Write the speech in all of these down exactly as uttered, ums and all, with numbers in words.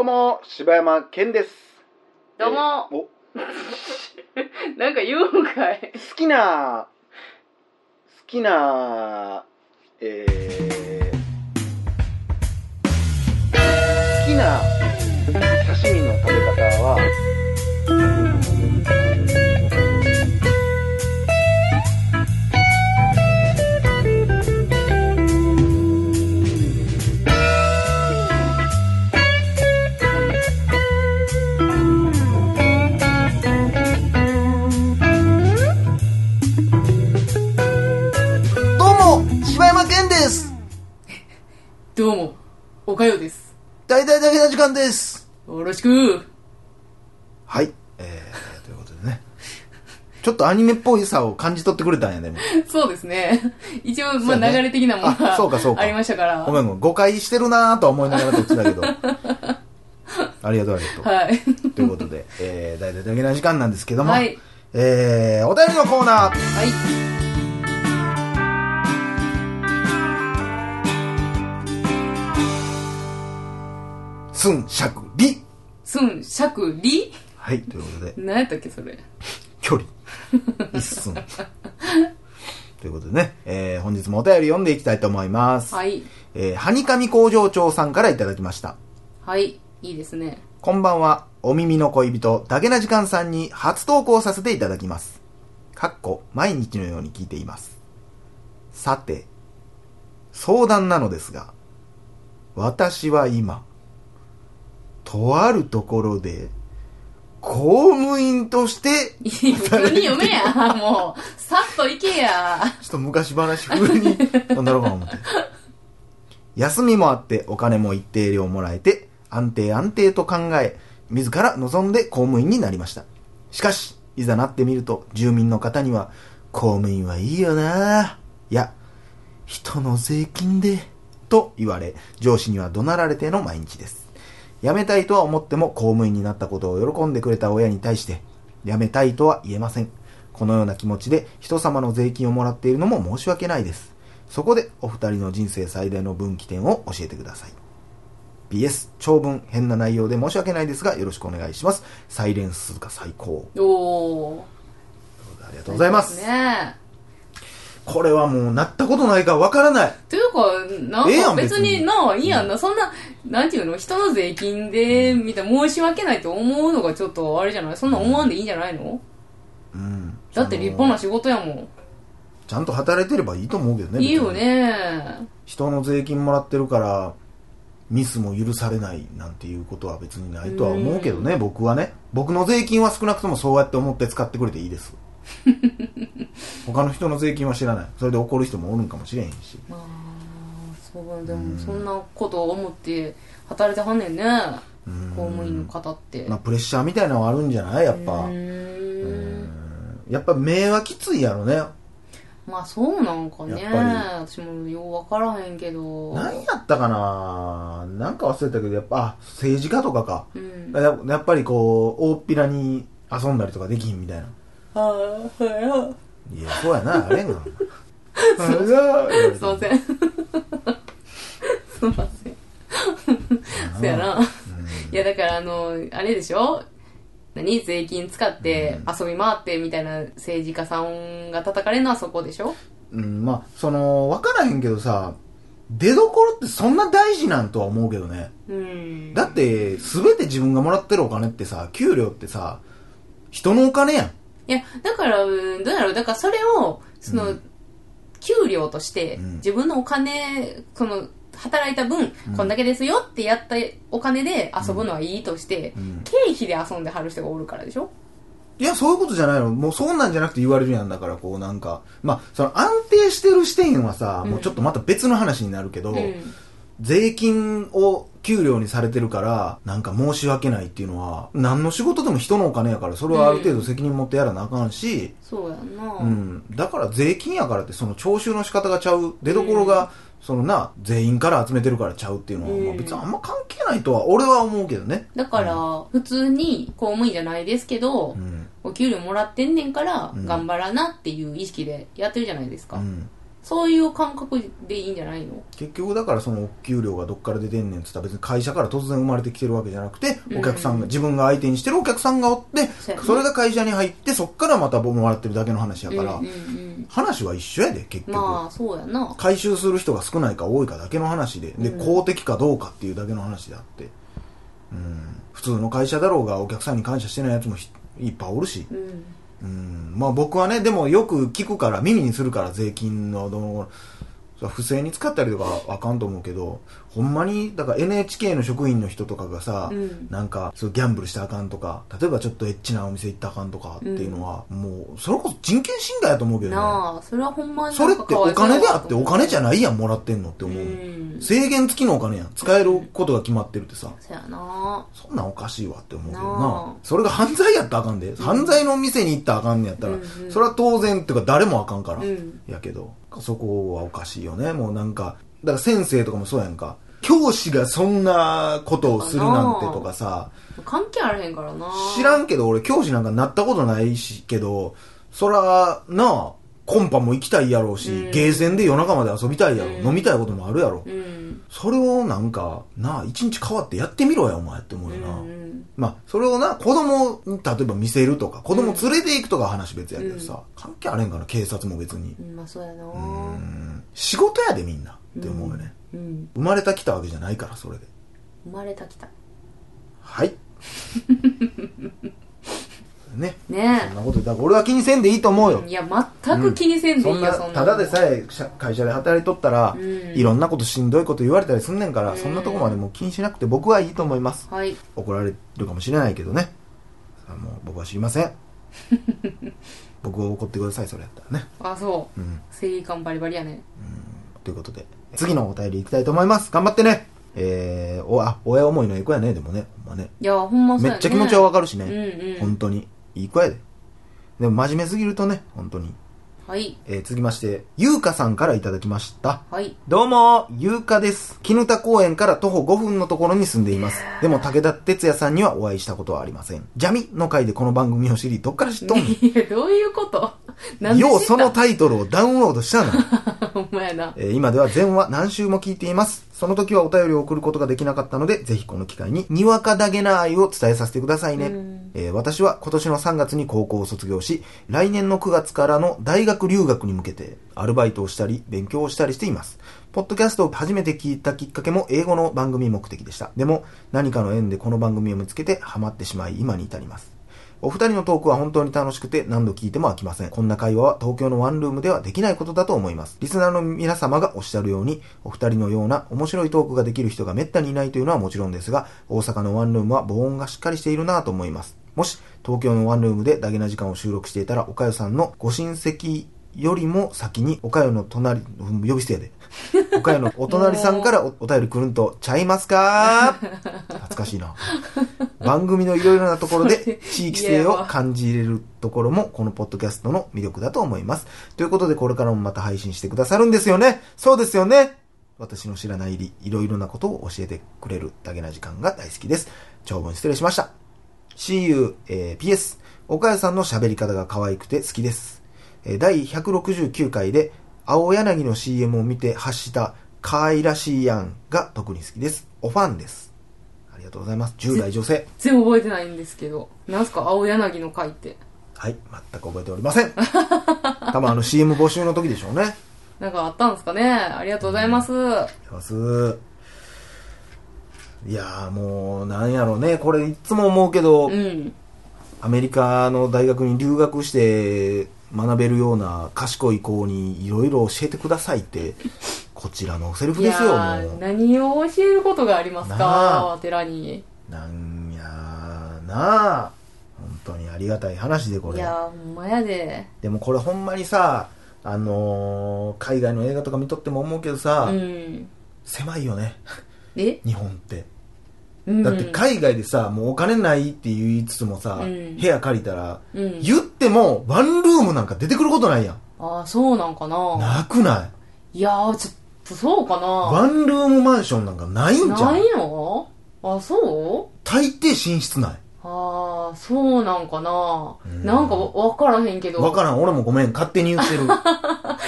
うも柴山健です。 どうも、 えー、おなんか言うんかい。 好きな好きなえー、好きな刺身の食べ方は柴山健です。 どうも、おかよです。 大々だけな時間です。 よろしく。 はい、えー、ということでねちょっとアニメっぽいさを感じ取ってくれたんやね。もそうですね。一応、まあ、 ね、 流れ的なものがあ, そうかそうかありましたから。 ごめんごめん、誤解してるなとは思いながら撮ってたけどありがとうありがとう、 はい、 ということで、えー、大々だけな時間なんですけども、 はい、 えー、お便りのコーナー。 はいすんしゃくりすんしゃくりはい、ということで、 何やったっけそれ。 距離一寸ということでね、えー、本日もお便り読んでいきたいと思います。 はい、 えー、はにかみ工場長さんからいただきました。 はい、いいですね。 こんばんは。お耳の恋人だけな時間さんに初投稿させていただきます。かっこ毎日のように聞いています。さて、相談なのですが、私は今とあるところで公務員として普通に読めや。もうさっといけや。 ちょっと昔話風に読んだろうかな思って休みもあってお金も一定量もらえて安定安定と考え、自ら望んで公務員になりました。しかしいざなってみると、住民の方には公務員はいいよな、いや人の税金でと言われ、上司には怒鳴られての毎日です。辞めたいとは思っても公務員になったことを喜んでくれた親に対して辞めたいとは言えません。このような気持ちで人様の税金をもらっているのも申し訳ないです。そこでお二人の人生最大の分岐点を教えてください。 ピーエス 長文変な内容で申し訳ないですがよろしくお願いします。サイレンスが最高。 おー、 ありがとうございます。 ね、 これはもうなったことないからわからない。 というか、なんええやかん別に別にな、いいやんな、そんな、なんていうの、人の税金で、みたいな、申し訳ないと思うのがちょっとあれじゃない？そんな思わんでいいんじゃないの？ うん。 だって立派な仕事やもん。 ちゃんと働いてればいいと思うけどね。 いいよね。 人の税金もらってるからミスも許されないなんていうことは別にないとは思うけどね。僕はね、僕の税金は少なくともそうやって思って使ってくれていいです他の人の税金は知らない。それで怒る人もおるんかもしれへんし。 ああ、そうでもそんなことを思って働いてはんねんね、公務員の方って。 まあプレッシャーみたいなのはあるんじゃない？やっぱうーん、やっぱ目はきついやろね。 まあそうなんかね。 やっぱり私もよう分からへんけど。 何やったかな、なんか忘れたけど、やっぱあ政治家とかか、うん、や, やっぱりこう大っぴらに遊んだりとかできひんみたいな。 ああ、はいはい。 いや、そうやな、あれが。 すいません。すいません。すいません。そうやな。いや、だからあの、あれでしょ？何？税金使って遊び回ってみたいな政治家さんが叩かれるのはそこでしょ？ うん、まあ、その、わからへんけどさ、出どころってそんな大事なんとは思うけどね。うん。だって、すべて自分がもらってるお金ってさ、給料ってさ、人のお金やん。 いや、だから、どうやろう、だからそれを、その、うん、給料として、自分のお金、その、働いた分、うん、こんだけですよってやったお金で遊ぶのはいいとして、うん、経費で遊んではる人がおるからでしょ？いや、そういうことじゃないの。もうそんなんじゃなくて言われるやんだから、こうなんか、まあ、その安定してる視点はさ、うん、もうちょっとまた別の話になるけど、うん、税金を給料にされてるからなんか申し訳ないっていうのは、何の仕事でも人のお金やから、それはある程度責任持ってやらなあかんし、うん、 そうやんな、 うん、だから税金やからってその徴収の仕方がちゃう、出どころが、うん、そのな全員から集めてるからちゃうっていうのは、うん、まあ、別にあんま関係ないとは俺は思うけどね。 だから、うん、普通に公務員じゃないですけど、うん、お給料もらってんねんから頑張らなっていう意識でやってるじゃないですか、 うん、 そういう感覚でいいんじゃないの？ 結局だからそのお給料がどっから出てんねんって言ったら別に会社から突然生まれてきてるわけじゃなくて、お客さんが、自分が相手にしてるお客さんがおって、それが会社に入ってそっからまた僕もらってるだけの話やから、話は一緒やで結局。 まあそうやな。 回収する人が少ないか多いかだけの話で、で公的かどうかっていうだけの話であって、うん、普通の会社だろうがお客さんに感謝してないやつもいっぱいおるし、うんうん、まあ僕はね、でもよく聞くから耳にするから税金のどの不正に使ったりとかあかんと思うけど、ほんまにだから エヌエイチケー の職員の人とかがさ、うん、なんかそうギャンブルしたらあかんとか、例えばちょっとエッチなお店行ったらあかんとかっていうのは、うん、もうそれこそ人権侵害やと思うけどね。 なあ、それはほんまにそれってお金であってお金じゃないやんもらってんのって思う、うん、制限付きのお金やん、使えることが決まってるってさ、 そやな、そんなんおかしいわって思うけどな。なそれが犯罪やったらあかんで、うん、犯罪の店に行ったらあかんねやったら、うんうん、それは当然っていうか誰もあかんから、うん、やけどそこはおかしいよね。もうなんかだから先生とかもそうやんか、教師がそんなことをするなんてとかさ、 関係あらへんからな。 知らんけど俺教師なんかなったことないしけど、そらなあコンパも行きたいやろうし、うん、ゲーセンで夜中まで遊びたいやろ、うん、飲みたいこともあるやろ、うん、それをなんかなあ一日変わってやってみろやお前って思うよな、うん、まあそれをな子供に例えば見せるとか子供連れて行くとか話別やけどさ、うん、関係あれんかな警察も別に、 うん、まあそうやな、 うん仕事やでみんなって思うよね、うんうん、生まれたきたわけじゃないからそれで生まれたきたはいねねそんなことだから俺は気にせんでいいと思うよ。 いや全く気にせんでいいよ、うん、 そんなただでさえ会社で働いとったら、うん、いろんなことしんどいこと言われたりすんねんから、うん、そんなとこまでもう気にしなくて僕はいいと思います、はい、怒られるかもしれないけどね、もう僕は知りません僕を怒ってくださいそれやったらね。 あそう、うん、正義感バリバリやね、 うん、ということで次のお便りいきたいと思います。頑張ってね。えー、おあ親思いのいい子やね。でもねほんまね、 いやほんまそうやね、 めっちゃ気持ちはわかるしね、 うんうん、 本当にいい子やで。でも真面目すぎるとね本当に。 はい、 えー、続きましてゆうかさんからいただきました。 はい、 どうもゆうかです。絹田公園から徒歩ごふんのところに住んでいます。でも武田鉄矢さんにはお会いしたことはありません。ジャミの回でこの番組を知りどっから知っとんの。 いやどういうことなんで知った。 ようそのタイトルをダウンロードしたのほんまやな、 えー、今では全話何週も聞いています。その時はお便りを送ることができなかったのでぜひこの機会ににわかだげな愛を伝えさせてくださいね、えー、私は今年のさんがつに高校を卒業し来年のくがつからの大学留学に向けてアルバイトをしたり勉強をしたりしています。ポッドキャストを初めて聞いたきっかけも英語の番組目的でした。でも何かの縁でこの番組を見つけてハマってしまい今に至ります。お二人のトークは本当に楽しくて何度聞いても飽きません。こんな会話は東京のワンルームではできないことだと思います。リスナーの皆様がおっしゃるようにお二人のような面白いトークができる人がめったにいないというのはもちろんですが、大阪のワンルームは防音がしっかりしているなぁと思います。もし東京のワンルームでダゲな時間を収録していたらおかよさんのご親戚よりも先におかよの隣、呼び捨てやでおかよのお隣さんからお, お便り来るんとちゃいますか。懐かしいな。番組のいろいろなところで地域性を感じれるところもこのポッドキャストの魅力だと思います。ということでこれからもまた配信してくださるんですよね。そうですよね。私の知らないいろいろなことを教えてくれるだけな時間が大好きです。長文失礼しました。 シーユー、えー、ピーエス 岡谷さんの喋り方が可愛くて好きです。だいひゃくろくじゅうきゅうかいで青柳の シーエム を見て発した可愛らしいやんが特に好きです。おファンです。ありがとうございます。じゅう代女性。 全然覚えてないんですけど、なんすか青柳の回って。 はい、全く覚えておりません。多分あの シーエム 募集の時でしょうね。 なんかあったんですかね。ありがとうございます。 ありがとうございます。いやーもうなんやろうね、これいつも思うけど、うん、アメリカの大学に留学して学べるような賢い子にいろいろ教えてくださいってこちらのセリフですよ。 いやもう何を教えることがありますか寺に。 なんやなあ本当にありがたい話でこれ。 いやほんまやで。 でもこれほんまにさあのー、海外の映画とか見とっても思うけどさ、うん、狭いよねえ日本って、うん、だって海外でさもうお金ないって言いつつもさ、うん、部屋借りたら、うん、言ってもワンルームなんか出てくることないやん。 ああそうなんかな。 なくない。 いやーちょっとそうかな。 ワンルームマンションなんかないんじゃん。 ないの。あそう。 大抵寝室ない。 ああそうなんかな、うん、なんか分からへんけど。 分からん。俺もごめん勝手に言ってる。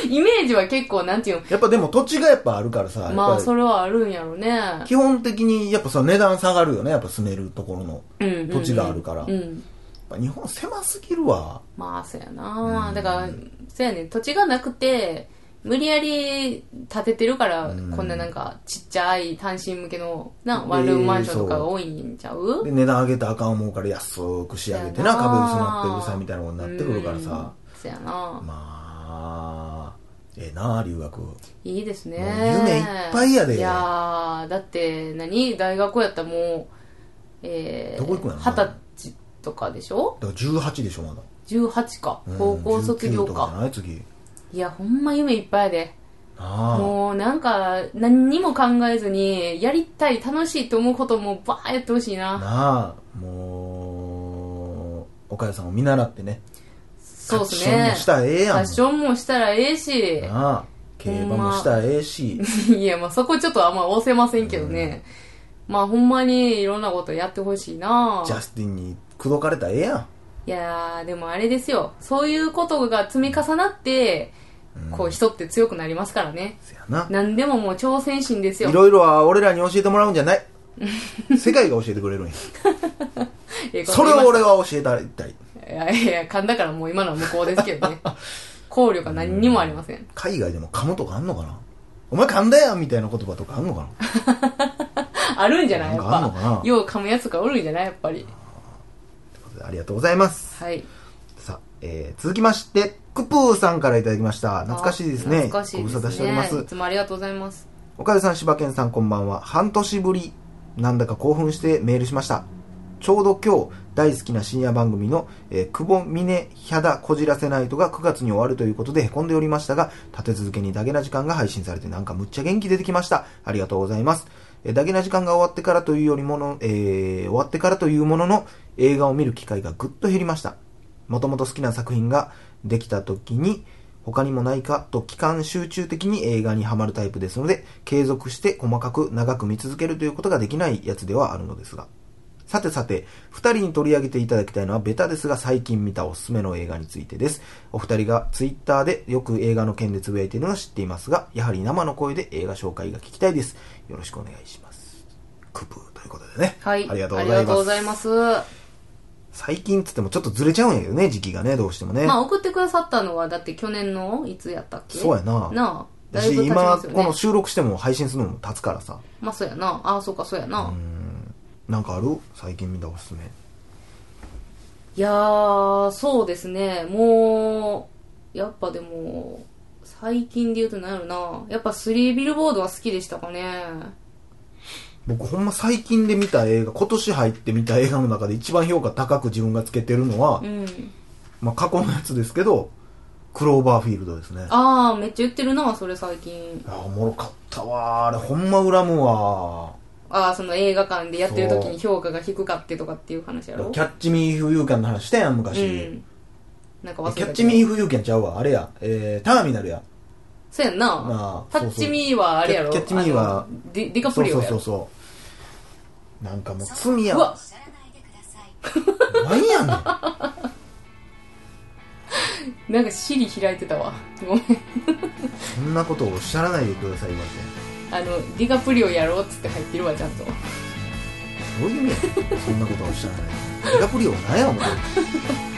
イメージは結構なんていうの、 やっぱでも土地がやっぱあるからさ、 まあそれはあるんやろね。 基本的にやっぱさ値段下がるよね、やっぱ住めるところの土地があるから、 うんうんうんうん、 日本狭すぎるわ。 まあそうやな、うん、だからそうやね、土地がなくて無理やり建ててるから、うん、こんななんかちっちゃい単身向けのなワンルームマンションとかが多いんちゃう、 で値段上げたらあかん思うから安く仕上げてな、壁薄なってうるさいみたいなことになってくるからさ、うん、 そうやな、 まあええな留学いいですね、 夢いっぱいやで。 いやだって何大学やったらもうえー、 どこ行くんやろはたちとかでしょ。 だからじゅうはちでしょまだ。 じゅうはちか、うん、高校卒業か。じゅうきゅうとかじゃない次。いやほんま夢いっぱいやで。あもうなんか何にも考えずにやりたい楽しいと思うこともバーやってほしいな。 なあもう岡谷さんを見習ってね。 そうですね。ファッションもしたらええやん。ファッションもしたらええし。 なあ競馬もしたらええし。 いやまあそこちょっとあんま押せませんけどね。うん、まあほんまにいろんなことやってほしいな。 ジャスティンに口説かれたらええやん。 いやーでもあれですよ、そういうことが積み重なって、うん、こう人って強くなりますからね。 そやな。 何でももう挑戦心ですよ。 いろいろは俺らに教えてもらうんじゃない世界が教えてくれるんやそれを俺は教えたい。 いやいや噛んだからもう今のは無効ですけどね考慮が何にもありません。 海外でも噛むとかあんのかな。お前噛んだやんみたいな言葉とかあんのかなあるんじゃないやっぱ。 あんのかな。 よう噛むやつがおるんじゃないやっぱり。 ありがとうございます。 はい。 さあ、えー、続きましてクプーさんからいただきました。懐かしいですね。 懐かしいですね。 ご無沙汰しております。 いつもありがとうございます。 岡田さん、柴犬さん、こんばんは。半年ぶりなんだか興奮してメールしました。ちょうど今日大好きな深夜番組の、えー、久保峰ヒャダこじらせナイトがくがつに終わるということでへこんでおりましたが、立て続けにダゲな時間が配信されてなんかむっちゃ元気出てきました。ありがとうございます。えー、ダゲな時間が終わってからというよりもの、えー、終わってからというものの映画を見る機会がぐっと減りました。もともと好きな作品ができた時に他にもないかと期間集中的に映画にハマるタイプですので、継続して細かく長く見続けるということができないやつではあるのですが、さてさてふたりに取り上げていただきたいのはベタですが最近見たおすすめの映画についてです。お二人がツイッターでよく映画の件でつぶやいているのは知っていますが、やはり生の声で映画紹介が聞きたいです。よろしくお願いします。クプーということでね、 はい、 ありがとうございます。ありがとうございます。最近つってもちょっとずれちゃうんやけどね、時期がね、どうしてもね。 まあ送ってくださったのはだって去年のいつやったっけ。 そうやな。 なあ、 だいぶ経ちますよね。今この収録しても配信するのも経つからさ。 まあそうやな。ああそうかそうやな。 うん、なんかある？最近見たおすすめ。 いやーそうですね。もうやっぱでも最近で言うと何やろな。やっぱスリービルボードは好きでしたかね。 僕ほんま最近で見た映画、今年入って見た映画の中で一番評価高く自分がつけてるのは、うん、まあ過去のやつですけどクローバーフィールドですね。 ああめっちゃ言ってるなそれ最近。 あおもろかったわあれほんま恨むわ。 ああその映画館でやってる時に評価が低かってとかっていう話やろ。 キャッチミーフユーキャンの話したやん昔、うん、 なんか忘れたけど。 キャッチミーフユーキャンちゃうわあれや、えー、ターミナルや。 そうやんな、まあ、タッチミーはあれやろ。 キャッチミーはディ、ディカプリオやろ。 そうそうそうそうなんかもう罪やわ。何やねんなんか尻開いてたわごめんそんなことをおっしゃらないでくださいませ。あのディカプリオやろうっつって入ってるわちゃんと。 どういう意味やそんなことをおっしゃらないでディカプリオは何やお前